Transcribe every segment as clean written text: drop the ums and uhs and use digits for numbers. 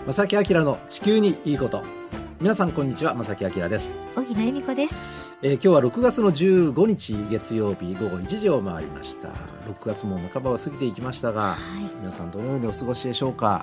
正木明の地球にいいこと。皆さんこんにちは、正木明です。 荻野恵美子です。 今日は6月の15日月曜日午後1時を回りました。6月も半ばを過ぎていきましたが、皆さんどのようにお過ごしでしょうか。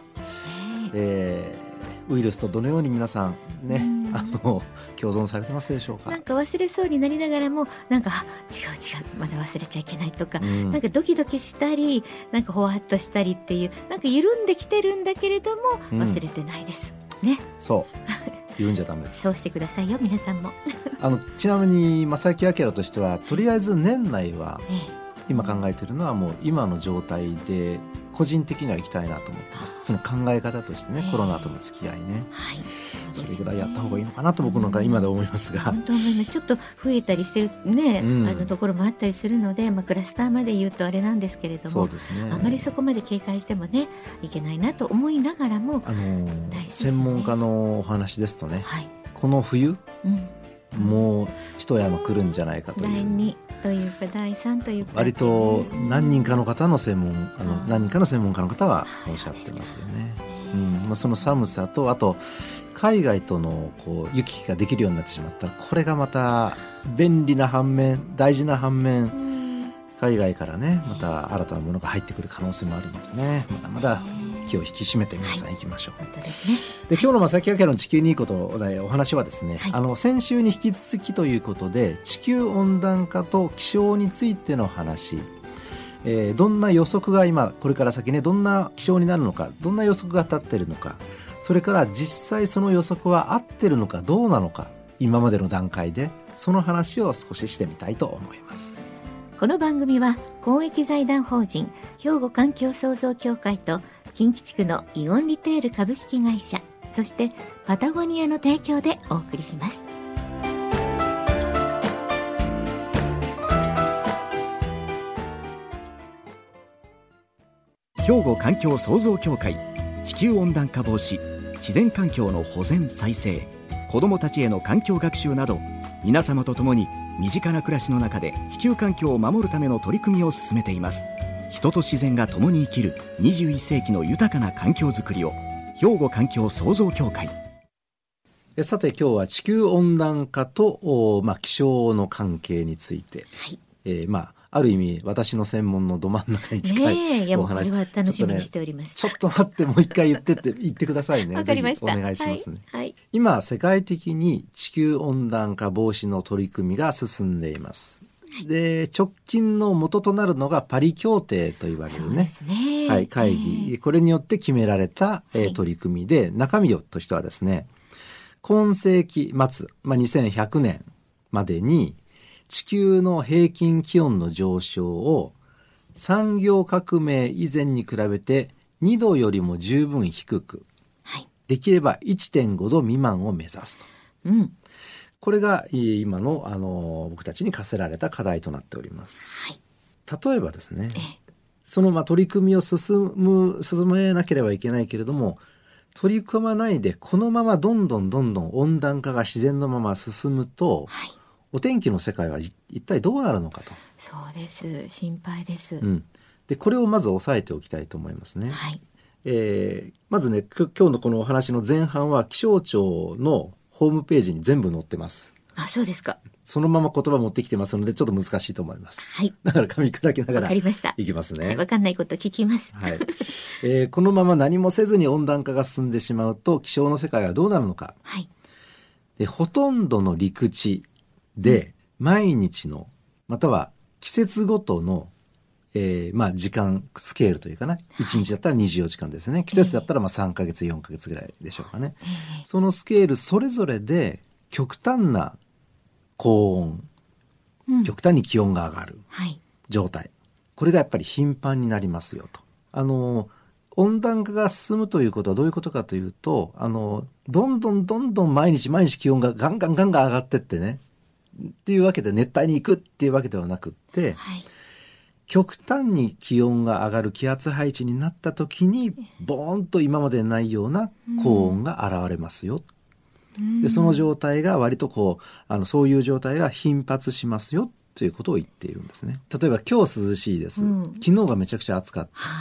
ウイルスとどのように皆さんね、共存されてますでしょうか。 なんか忘れそうになりながらも、なんか違うまだ忘れちゃいけないとか、なんかドキドキしたり、なんかほわっとしたりっていう、なんか緩んできてるんだけれども忘れてないですね。 そう緩んじゃダメです。 そうしてくださいよ、皆さんもちなみに正木明としては、とりあえず年内は、今考えているのはもう今の状態で個人的には行きたいなと思ってます。その考え方としてね、コロナとの付き合いね、それぐらいやった方がいいのかなと僕なんか今で思いますが、 本当思います。ちょっと増えたりしてるね、ところもあったりするので、クラスターまで言うとあれなんですけれども、 そうですね、 あまりそこまで警戒してもねいけないなと思いながらも、大事ですよね。 専門家のお話ですとね、この冬、もう一山来るんじゃないかという、 第2というか第3というか、 割と何人かの方の何人かの専門家の方はおっしゃってますよね。その寒さと、あと海外との行き来ができるようになってしまったら、これがまた便利な反面、大事な反面、海外からねまた新たなものが入ってくる可能性もあるのでね、まだまだ気を引き締めて皆さん行きましょう。 本当ですね。 で、今日の正木明の地球にいいことお話はですね、先週に引き続きということで、地球温暖化と気象についての話、どんな予測が今これから先ね、どんな気象になるのか、どんな予測が立っているのか、それから実際その予測は合ってるのかどうなのか、今までの段階でその話を少ししてみたいと思います。 この番組は公益財団法人兵庫環境創造協会と近畿地区のイオンリテール株式会社、そしてパタゴニアの提供でお送りします。 兵庫環境創造協会、地球温暖化防止、自然環境の保全再生、子どもたちへの環境学習など、皆様と共に身近な暮らしの中で地球環境を守るための取り組みを進めています。人と自然が共に生きる21世紀の豊かな環境づくりを、兵庫環境創造協会。 さて今日は地球温暖化と、気象の関係について、ある意味私の専門のど真ん中に近いお話、 これは楽しみにしております。 ちょっと待って、もう一回言ってくださいね。 わかりました。 お願いしますね。今世界的に地球温暖化防止の取り組みが進んでいます。で、直近の元となるのがパリ協定と言われるね、会議、これによって決められた、取り組みで、中身としてはですね、今世紀末、2100年までに地球の平均気温の上昇を産業革命以前に比べて2度よりも十分低く、できれば 1.5 度未満を目指すと。これが今の、僕たちに課せられた課題となっております。例えばですね、その取り組みを進めなければいけないけれども、取り組まないでこのままどんどん温暖化が自然のまま進むと、お天気の世界は一体どうなるのかと。 そうです、心配です。 で、これをまず押さえておきたいと思いますね。まずね、今日のこのお話の前半は気象庁のホームページに全部載ってます。 そうですか。 そのまま言葉持ってきてますのでちょっと難しいと思います。だから噛み砕きながらいきますね。 わかんないこと聞きます。 このまま何もせずに温暖化が進んでしまうと気象の世界はどうなるのか。で、ほとんどの陸地で毎日のまたは季節ごとの、時間スケールというかな、1日だったら24時間ですね。季節だったら3ヶ月4ヶ月ぐらいでしょうかね。そのスケールそれぞれで極端な高温、極端に気温が上がる状態、これがやっぱり頻繁になりますよと。温暖化が進むということはどういうことかというと、どんどん毎日気温がガンガン上がってってねっていうわけで、熱帯に行くっていうわけではなくって、極端に気温が上がる気圧配置になった時にボーンと今までないような高温が現れますよ。で、その状態が割とそういう状態が頻発しますよということを言っているんですね。例えば今日涼しいです、昨日がめちゃくちゃ暑かった、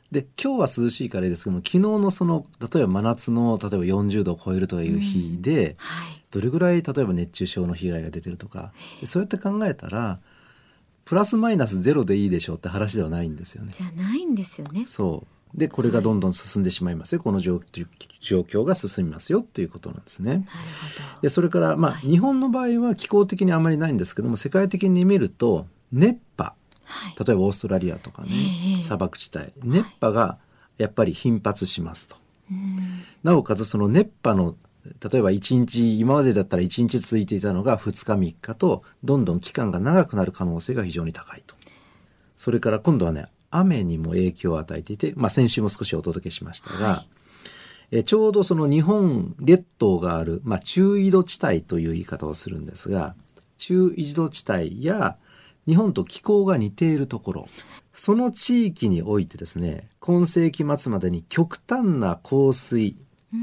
で今日は涼しいからいいですけども、昨日のその例えば真夏の例えば40度を超えるという日で、どれぐらい例えば熱中症の被害が出てるとか、そうやって考えたらプラスマイナスゼロでいいでしょうって話ではないんですよね。 じゃないんですよね。 そうでこれがどんどん進んでしまいますよ、この状況が進みますよっていうことなんですね。 なるほど。 でそれから、日本の場合は気候的にあまりないんですけども、世界的に見ると熱波、例えばオーストラリアとかね、砂漠地帯、熱波がやっぱり頻発しますと。なおかつその熱波の例えば1日、今までだったら1日続いていたのが2日3日とどんどん期間が長くなる可能性が非常に高いと。それから今度はね、雨にも影響を与えていて、先週も少しお届けしましたが、ちょうどその日本列島がある、中緯度地帯という言い方をするんですが、中緯度地帯や日本と気候が似ているところ、その地域においてですね、今世紀末までに極端な降水、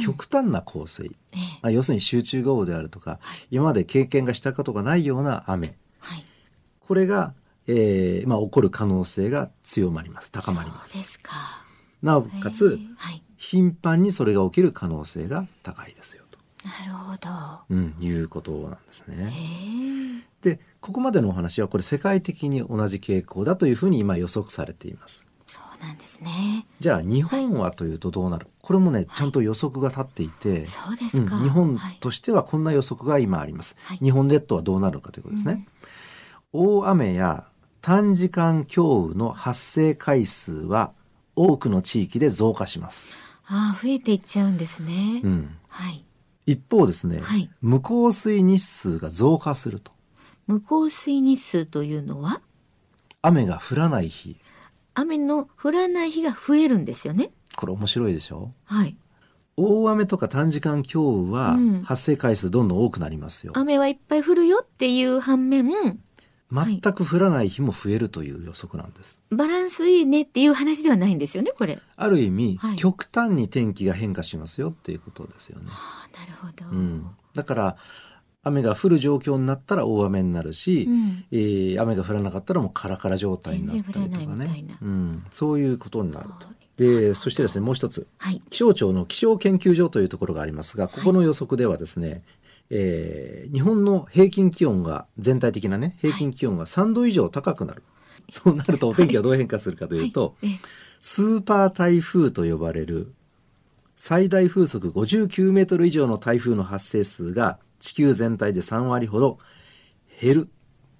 要するに集中豪雨であるとか、今まで経験がしたことがないような雨、これが、起こる可能性が強まります、高まります。 そうですか。 なおかつ、頻繁にそれが起きる可能性が高いですよと。 なるほど。 いうことなんですね。で、ここまでのお話はこれ世界的に同じ傾向だというふうに今予測されています。 そうなんですね。 じゃあ日本はというとどうなる、これもねちゃんと予測が立っていて、 そうですか。 日本としてはこんな予測が今あります。日本列島はどうなるのかということですね。大雨や短時間強雨の発生回数は多くの地域で増加します。 増えていっちゃうんですね。 一方ですね、無降水日数が増加すると。 無降水日数というのは雨が降らない日。 雨の降らない日が増えるんですよね。 これ面白いでしょ。 はい。 大雨とか短時間強雨は発生回数どんどん多くなりますよ。 雨はいっぱい降るよっていう反面、 全く降らない日も増えるという予測なんです。 バランスいいねっていう話ではないんですよね、これ。 ある意味、極端に天気が変化しますよっていうことですよね。 なるほど。 だから雨が降る状況になったら大雨になるし、雨が降らなかったらもうカラカラ状態になったりとかね、そういうことになると。でそしてですね、もう一つ、気象庁の気象研究所というところがありますが、ここの予測ではですね、日本の平均気温が、全体的なね平均気温が3度以上高くなる。そうなるとお天気はどう変化するかというと、スーパー台風と呼ばれる最大風速59メートル以上の台風の発生数が地球全体で3割ほど減る。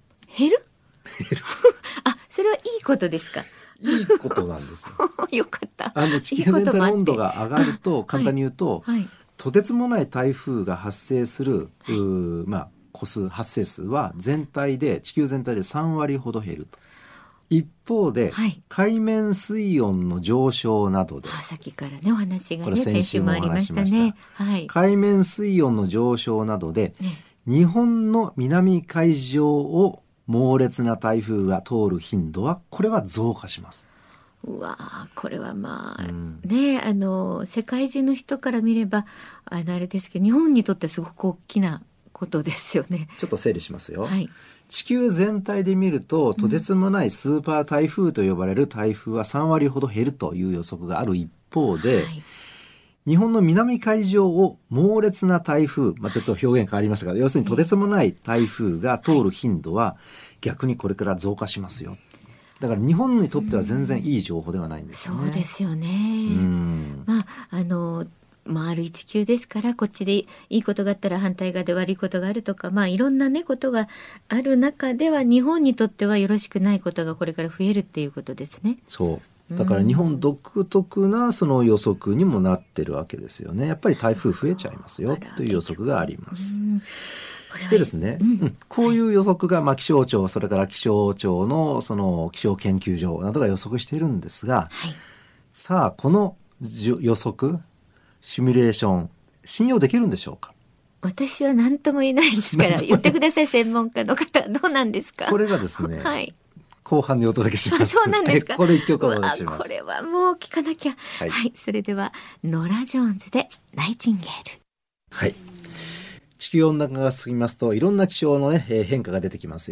それはいいことですか。 いいことなんですよ。 よかった。 地球全体の温度が上がると、簡単に言うと、とてつもない台風が発生する、発生数は全体で、地球全体で3割ほど減ると。一方で、海面水温の上昇などで、 さっきからねお話がね、先週もありましたね。 海面水温の上昇などで、日本の南海上を猛烈な台風が通る頻度は、これは増加します。 うわ、これは世界中の人から見ればあれですけど、日本にとってすごく大きなことですよね。 ちょっと整理しますよ。地球全体で見ると、とてつもないスーパー台風と呼ばれる台風は3割ほど減るという予測がある一方で、日本の南海上を猛烈な台風、ちょっと表現変わりましたが、要するにとてつもない台風が通る頻度は逆にこれから増加しますよ。だから日本にとっては全然いい情報ではないんですよね。 そうですよね。丸い地球ですから、こっちでいいことがあったら反対側で悪いことがあるとか、いろんなねことがある中では、日本にとってはよろしくないことがこれから増えるっていうことですね。 そうだから日本独特なその予測にもなってるわけですよね。やっぱり台風増えちゃいますよという予測があります。でですね、こういう予測が、気象庁、それから気象庁のその気象研究所などが予測しているんですが、さあこの予測シミュレーション信用できるんでしょうか。 私は何とも言えないですから言ってください。専門家の方どうなんですか。 これがですね、後半にお届けします。 そうなんですか。 これ一曲お届けします。 これはもう聞かなきゃ。それではノラ・ジョーンズでナイチンゲール。 地球温暖化が進みますと、いろんな気象の、変化が出てきますよと。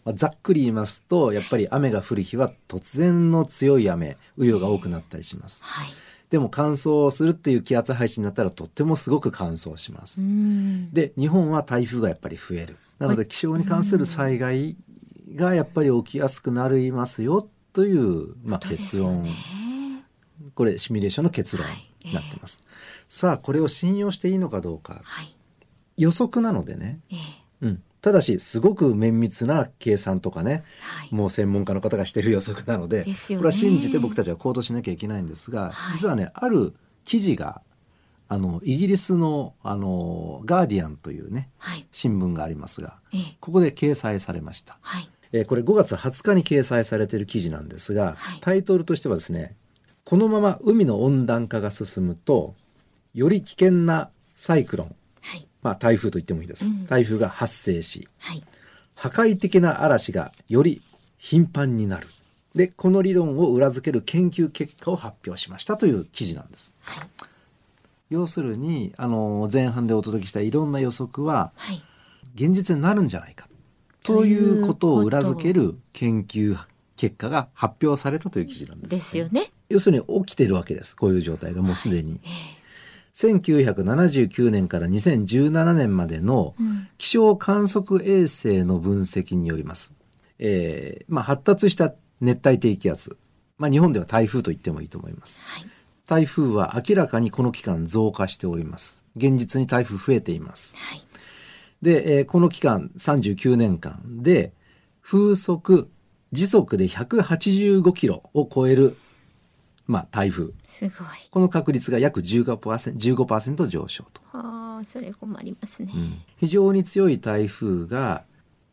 ざっくり言いますと、やっぱり雨が降る日は突然の強い雨、雨量が多くなったりします。 はい、 でも乾燥するっていう気圧配置になったらとってもすごく乾燥します。で、日本は台風がやっぱり増える。なので気象に関する災害がやっぱり起きやすくなりますよという、結論。これシミュレーションの結論になってます。さあ、これを信用していいのかどうか。はい、予測なのでね。ただし、すごく綿密な計算とかね、もう専門家の方がしている予測なので、これは信じて僕たちは行動しなきゃいけないんですが、実はね、ある記事が、イギリスの、ガーディアンというね、新聞がありますが、ここで掲載されました。これ5月20日に掲載されている記事なんですが、タイトルとしてはですね、このまま海の温暖化が進むと、より危険なサイクロン、台風と言ってもいいです。台風が発生し、破壊的な嵐がより頻繁になる。で、この理論を裏付ける研究結果を発表しましたという記事なんです。要するに、前半でお届けしたいろんな予測は、現実になるんじゃないかということを裏付ける研究結果が発表されたという記事なんです。 ですよね。 要するに起きているわけです。こういう状態がもうすでに。1979年から2017年までの気象観測衛星の分析によります。発達した熱帯低気圧。日本では台風と言ってもいいと思います。台風は明らかにこの期間増加しております。現実に台風増えています。で、この期間39年間で風速時速で185キロを超える台風。 すごい。 この確率が約 15% 上昇と。 それ困りますね。 非常に強い台風が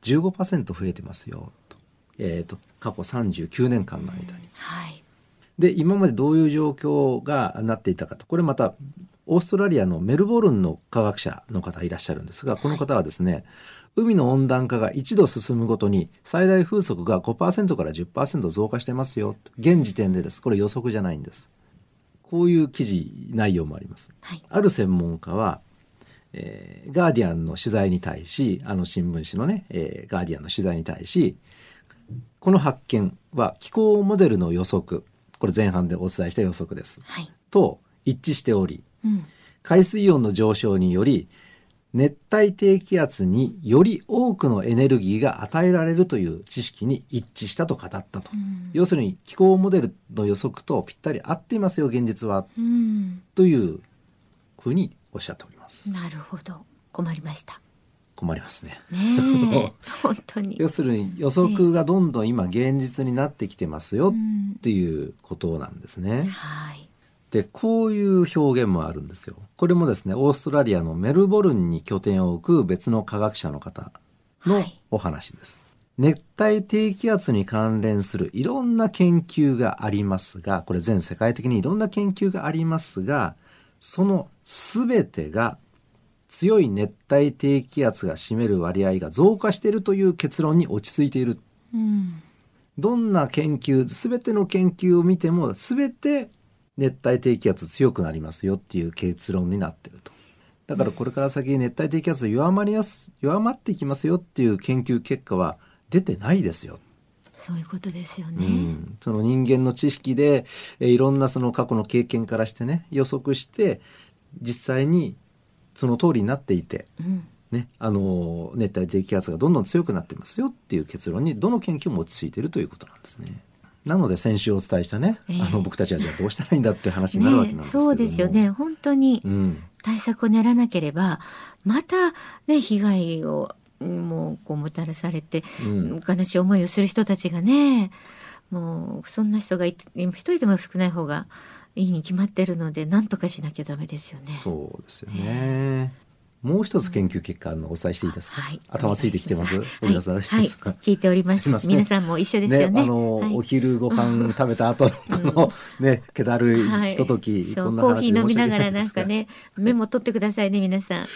15% 増えてますよと。過去39年間の間に。で、今までどういう状況がなっていたかと。これまた、オーストラリアのメルボルンの科学者の方いらっしゃるんですが、この方はですね、海の温暖化が1度進むごとに最大風速が 5% から 10% 増加してますよ。現時点でです。これ予測じゃないんです。こういう記事内容もあります。ある専門家は、ガーディアンの取材に対し、新聞紙のね、ガーディアンの取材に対し、この発見は気候モデルの予測、これ前半でお伝えした予測です。と一致しており、海水温の上昇により熱帯低気圧により多くのエネルギーが与えられるという知識に一致したと語ったと。要するに気候モデルの予測とぴったり合っていますよ現実は、というふうにおっしゃっております。 なるほど。困りました。 困りますね。 本当に。 要するに予測がどんどん今現実になってきてますよっていうことなんですね。で、こういう表現もあるんですよ。これもですね、オーストラリアのメルボルンに拠点を置く別の科学者の方のお話です。熱帯低気圧に関連するいろんな研究がありますが、これ全世界的にいろんな研究がありますが、そのすべてが強い熱帯低気圧が占める割合が増加しているという結論に落ち着いている。どんな研究、すべての研究を見てもすべて熱帯低気圧強くなりますよっていう結論になっていると。だからこれから先熱帯低気圧弱まっていきますよっていう研究結果は出てないですよ。 そういうことですよね。 その人間の知識でいろんなその過去の経験からしてね、予測して実際にその通りになっていて、熱帯低気圧がどんどん強くなってますよっていう結論にどの研究も落ち着いているということなんですね。なので先週お伝えしたね、僕たちはじゃあどうしたらいいんだっていう話になるわけなんですけども、 そうですよね。本当に対策を練らなければまたね、被害をもうもたらされて、悲しい思いをする人たちがね、もうそんな人が一人でも少ない方がいいに決まってるので、何とかしなきゃダメですよね。 そうですよね。もう一つ研究結果お伝えしていいですか。頭ついてきてます。 聞いております。皆さんも一緒ですよね。 お昼ご飯食べた後のこのね、気だるいひととき、 コーヒー飲みながらなんかね、メモ取ってくださいね皆さん。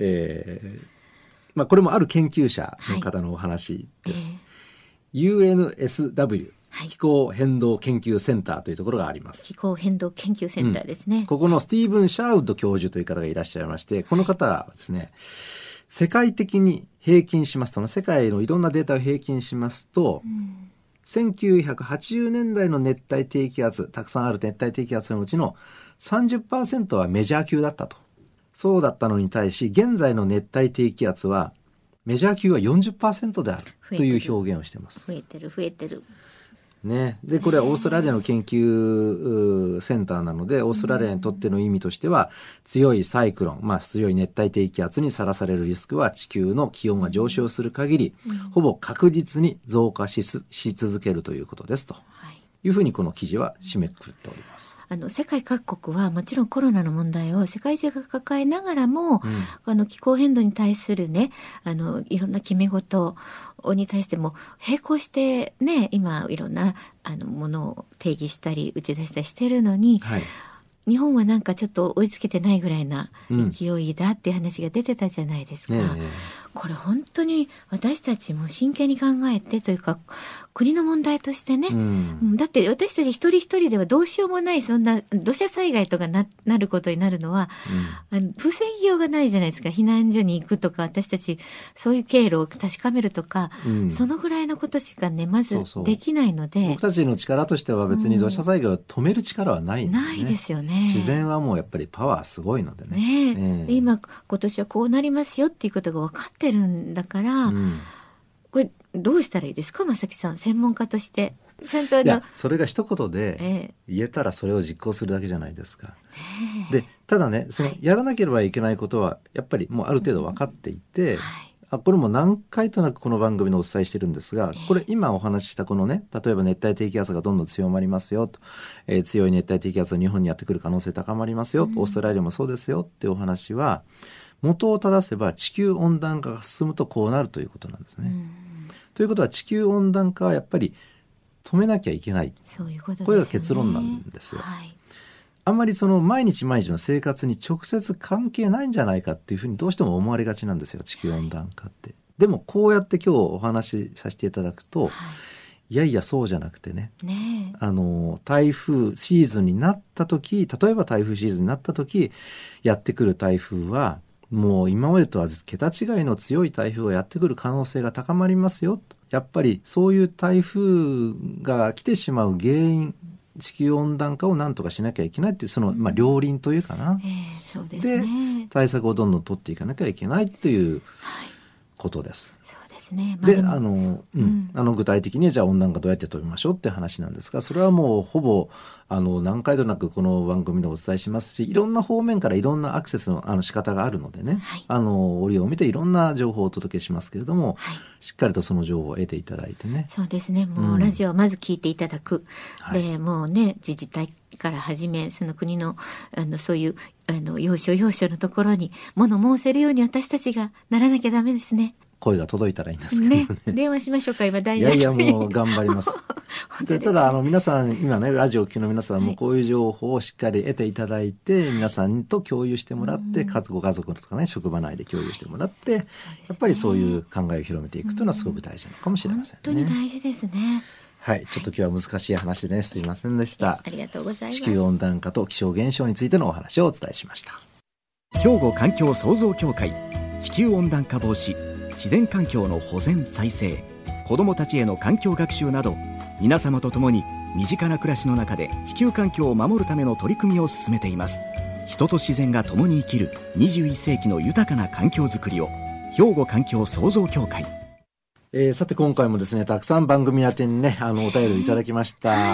これもある研究者の方のお話です。UNSW気候変動研究センターというところがあります。 気候変動研究センターですね。 ここのスティーブン・シャーウッド教授という方がいらっしゃいまして、この方はですね、 世界的に平均しますとね、世界のいろんなデータを平均しますと、1980年代の熱帯低気圧、たくさんある熱帯低気圧のうちの 30% はメジャー級だったと。そうだったのに対し、現在の熱帯低気圧はメジャー級は 40% であるという表現をしています。 増えてるね、でこれはオーストラリアの研究センターなので、オーストラリアにとっての意味としては、強いサイクロン、強い熱帯低気圧にさらされるリスクは地球の気温が上昇する限り、ほぼ確実に増加し続けるということですというふうにこの記事は締めくくっております。 世界各国はもちろんコロナの問題を世界中が抱えながらも、気候変動に対するね、いろんな決め事に対しても並行してね、今いろんなものを定義したり打ち出したりしてるのに、日本はなんかちょっと追いつけてないぐらいな勢いだっていう話が出てたじゃないですか。これ本当に私たちも真剣に考えてというか、国の問題としてね、だって私たち一人一人ではどうしようもない、そんな土砂災害とか なることになるのは、防ぎようがないじゃないですか。避難所に行くとか、私たちそういう経路を確かめるとか、そのぐらいのことしかねまずできないので、 僕たちの力としては別に土砂災害を止める力はないんでね、 ないですよね。 自然はもうやっぱりパワーすごいのでね。 で今年はこうなりますよっていうことが分かってるんだから、これどうしたらいいですか、正木さん、専門家として。ちゃんとそれが一言で言えたらそれを実行するだけじゃないですか。でただね、そのやらなければいけないことはやっぱりもうある程度分かっていて、これも何回となくこの番組でお伝えしてるんですが、これ今お話ししたこのね、例えば熱帯低気圧がどんどん強まりますよと、強い熱帯低気圧が日本にやってくる可能性高まりますよ、オーストラリアもそうですよっていうお話は、元を正せば地球温暖化が進むとこうなるということなんですね。ということは地球温暖化はやっぱり止めなきゃいけない、 そういうことですよね。 これが結論なんですよ。あんまりその毎日毎日の生活に直接関係ないんじゃないかっていうふうにどうしても思われがちなんですよ、地球温暖化って。でもこうやって今日お話しさせていただくと、いやいやそうじゃなくてね、台風シーズンになった時、例えば台風シーズンになった時やってくる台風はもう今までとは桁違いの強い台風がやってくる可能性が高まりますよ。やっぱりそういう台風が来てしまう原因、地球温暖化を何とかしなきゃいけないっていう、その両輪というかな、 そうですね、 で対策をどんどん取っていかなきゃいけないっていうことです。 そうですね。 で具体的にじゃあ温暖化どうやって止めましょうって話なんですが、それはもうほぼ何回となくこの番組でお伝えしますし、いろんな方面からいろんなアクセスの仕方があるのでね、折を見ていろんな情報をお届けしますけれども、しっかりとその情報を得ていただいてね。 そうですね。もうラジオをまず聞いていただく、でもうね、自治体から始め、その国のそういう要所要所のところに物申せるように私たちがならなきゃダメですね。 声が届いたらいいんですけどね。 電話しましょうか、今大丈夫。 いやもう頑張ります。でただ皆さん今ね、ラジオを聴きの皆さんもこういう情報をしっかり得ていただいて、皆さんと共有してもらって、ご家族とかね、職場内で共有してもらって、やっぱりそういう考えを広めていくというのはすごく大事なのかもしれませんね。 本当に大事ですね。 はい、ちょっと今日は難しい話でね、すいませんでした。 ありがとうございます。 地球温暖化と気象現象についてのお話をお伝えしました。 兵庫環境創造協会、地球温暖化防止、自然環境の保全再生、子どもたちへの環境学習など、皆様と共に身近な暮らしの中で地球環境を守るための取り組みを進めています。人と自然が共に生きる21世紀の豊かな環境づくりを、兵庫環境創造協会。 さて今回もですね、たくさん番組宛てにね、お便りいただきました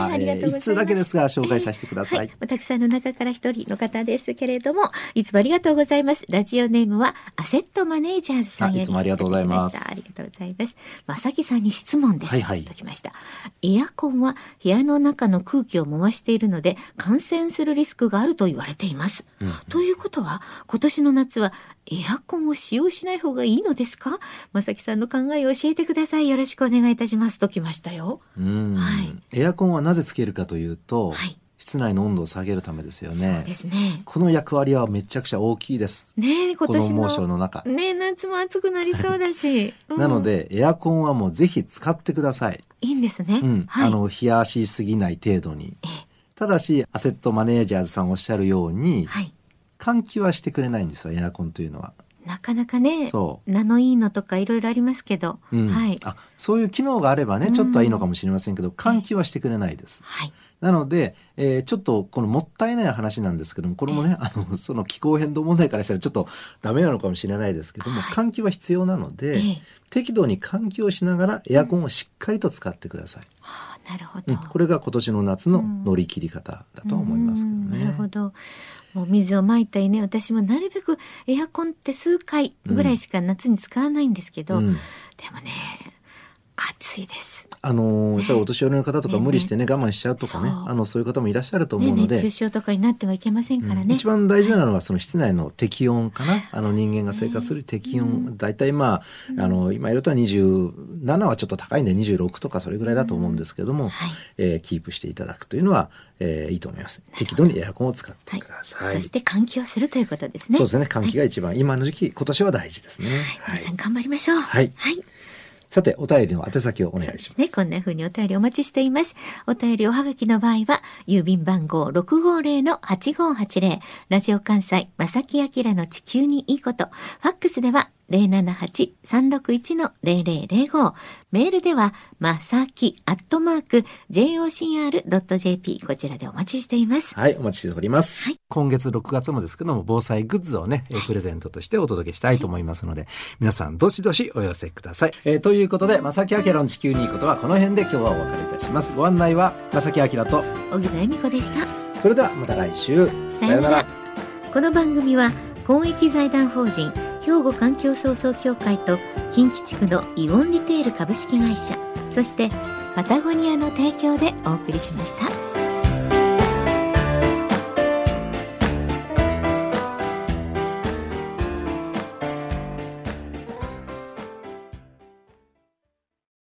。1通だけですが紹介させてください。 たくさんの中から一人の方ですけれども、いつもありがとうございます。ラジオネームはアセットマネージャーズさんよりいただきました。いつもありがとうございます。ありがとうございます。正木さんに質問です。いただきました。エアコンは部屋の中の空気を回しているので感染するリスクがあると言われています。ということは今年の夏はエアコンを使用しない方がいいのですか？正木さんの考えを教えてください。よろしくお願いいたしますときましたよ。 エアコンはなぜつけるかというと、室内の温度を下げるためですよね。 そうですね。 この役割はめちゃくちゃ大きいです。 ね、今年のこの猛暑の中。 ね、夏も暑くなりそうだし。 なのでエアコンはもうぜひ使ってください。 いいんですね。 冷やしすぎない程度に。ただしアセットマネージャーズさんおっしゃるように、換気はしてくれないんですよ、エアコンというのは。 なかなかね、ナノイーのとかいろいろありますけど、はい、 そういう機能があればね、ちょっとはいいのかもしれませんけど、換気はしてくれないです。 はい、 なので、ちょっとこのもったいない話なんですけども、これもね、その気候変動問題からしたらちょっとダメなのかもしれないですけども、換気は必要なので、適度に換気をしながらエアコンをしっかりと使ってください。 なるほど。 これが今年の夏の乗り切り方だと思いますけどね。 なるほど。もう水をまいたりね、私もなるべくエアコンって数回ぐらいしか夏に使わないんですけど、でもね、暑いです。 やっぱりお年寄りの方とか無理してね、我慢しちゃうとかね、そういう方もいらっしゃると思うので、 熱中症とかになってはいけませんからね。 一番大事なのはその室内の適温かな。人間が生活する適温、だいたい今いるとは27はちょっと高いんで26とかそれぐらいだと思うんですけども、キープしていただくというのはいいと思います。適度にエアコンを使ってください。 そして換気をするということですね。 そうですね。換気が一番、今の時期、今年は大事ですね。 皆さん頑張りましょう。 はい。さて、お便りの宛先をお願いします。 こんな風にお便りお待ちしています。お便りおはがきの場合は、郵便番号 650-8580、ラジオ関西、正木明の地球にいいこと。ファックスでは、078-361-0005。メールでは、まさき@jocr.jp。こちらでお待ちしています。 はい、お待ちしております。今月6月もですけども、防災グッズをね、プレゼントとしてお届けしたいと思いますので、皆さんどしどしお寄せください。ということで、まさきあきらの地球にいいことはこの辺で今日はお別れいたします。ご案内は、まさきあきらと小木田恵美子でした。 それではまた来週。 さようなら。この番組は、公益財団法人兵庫環境創造協会と近畿地区のイオンリテール株式会社、そしてパタゴニアの提供でお送りしました。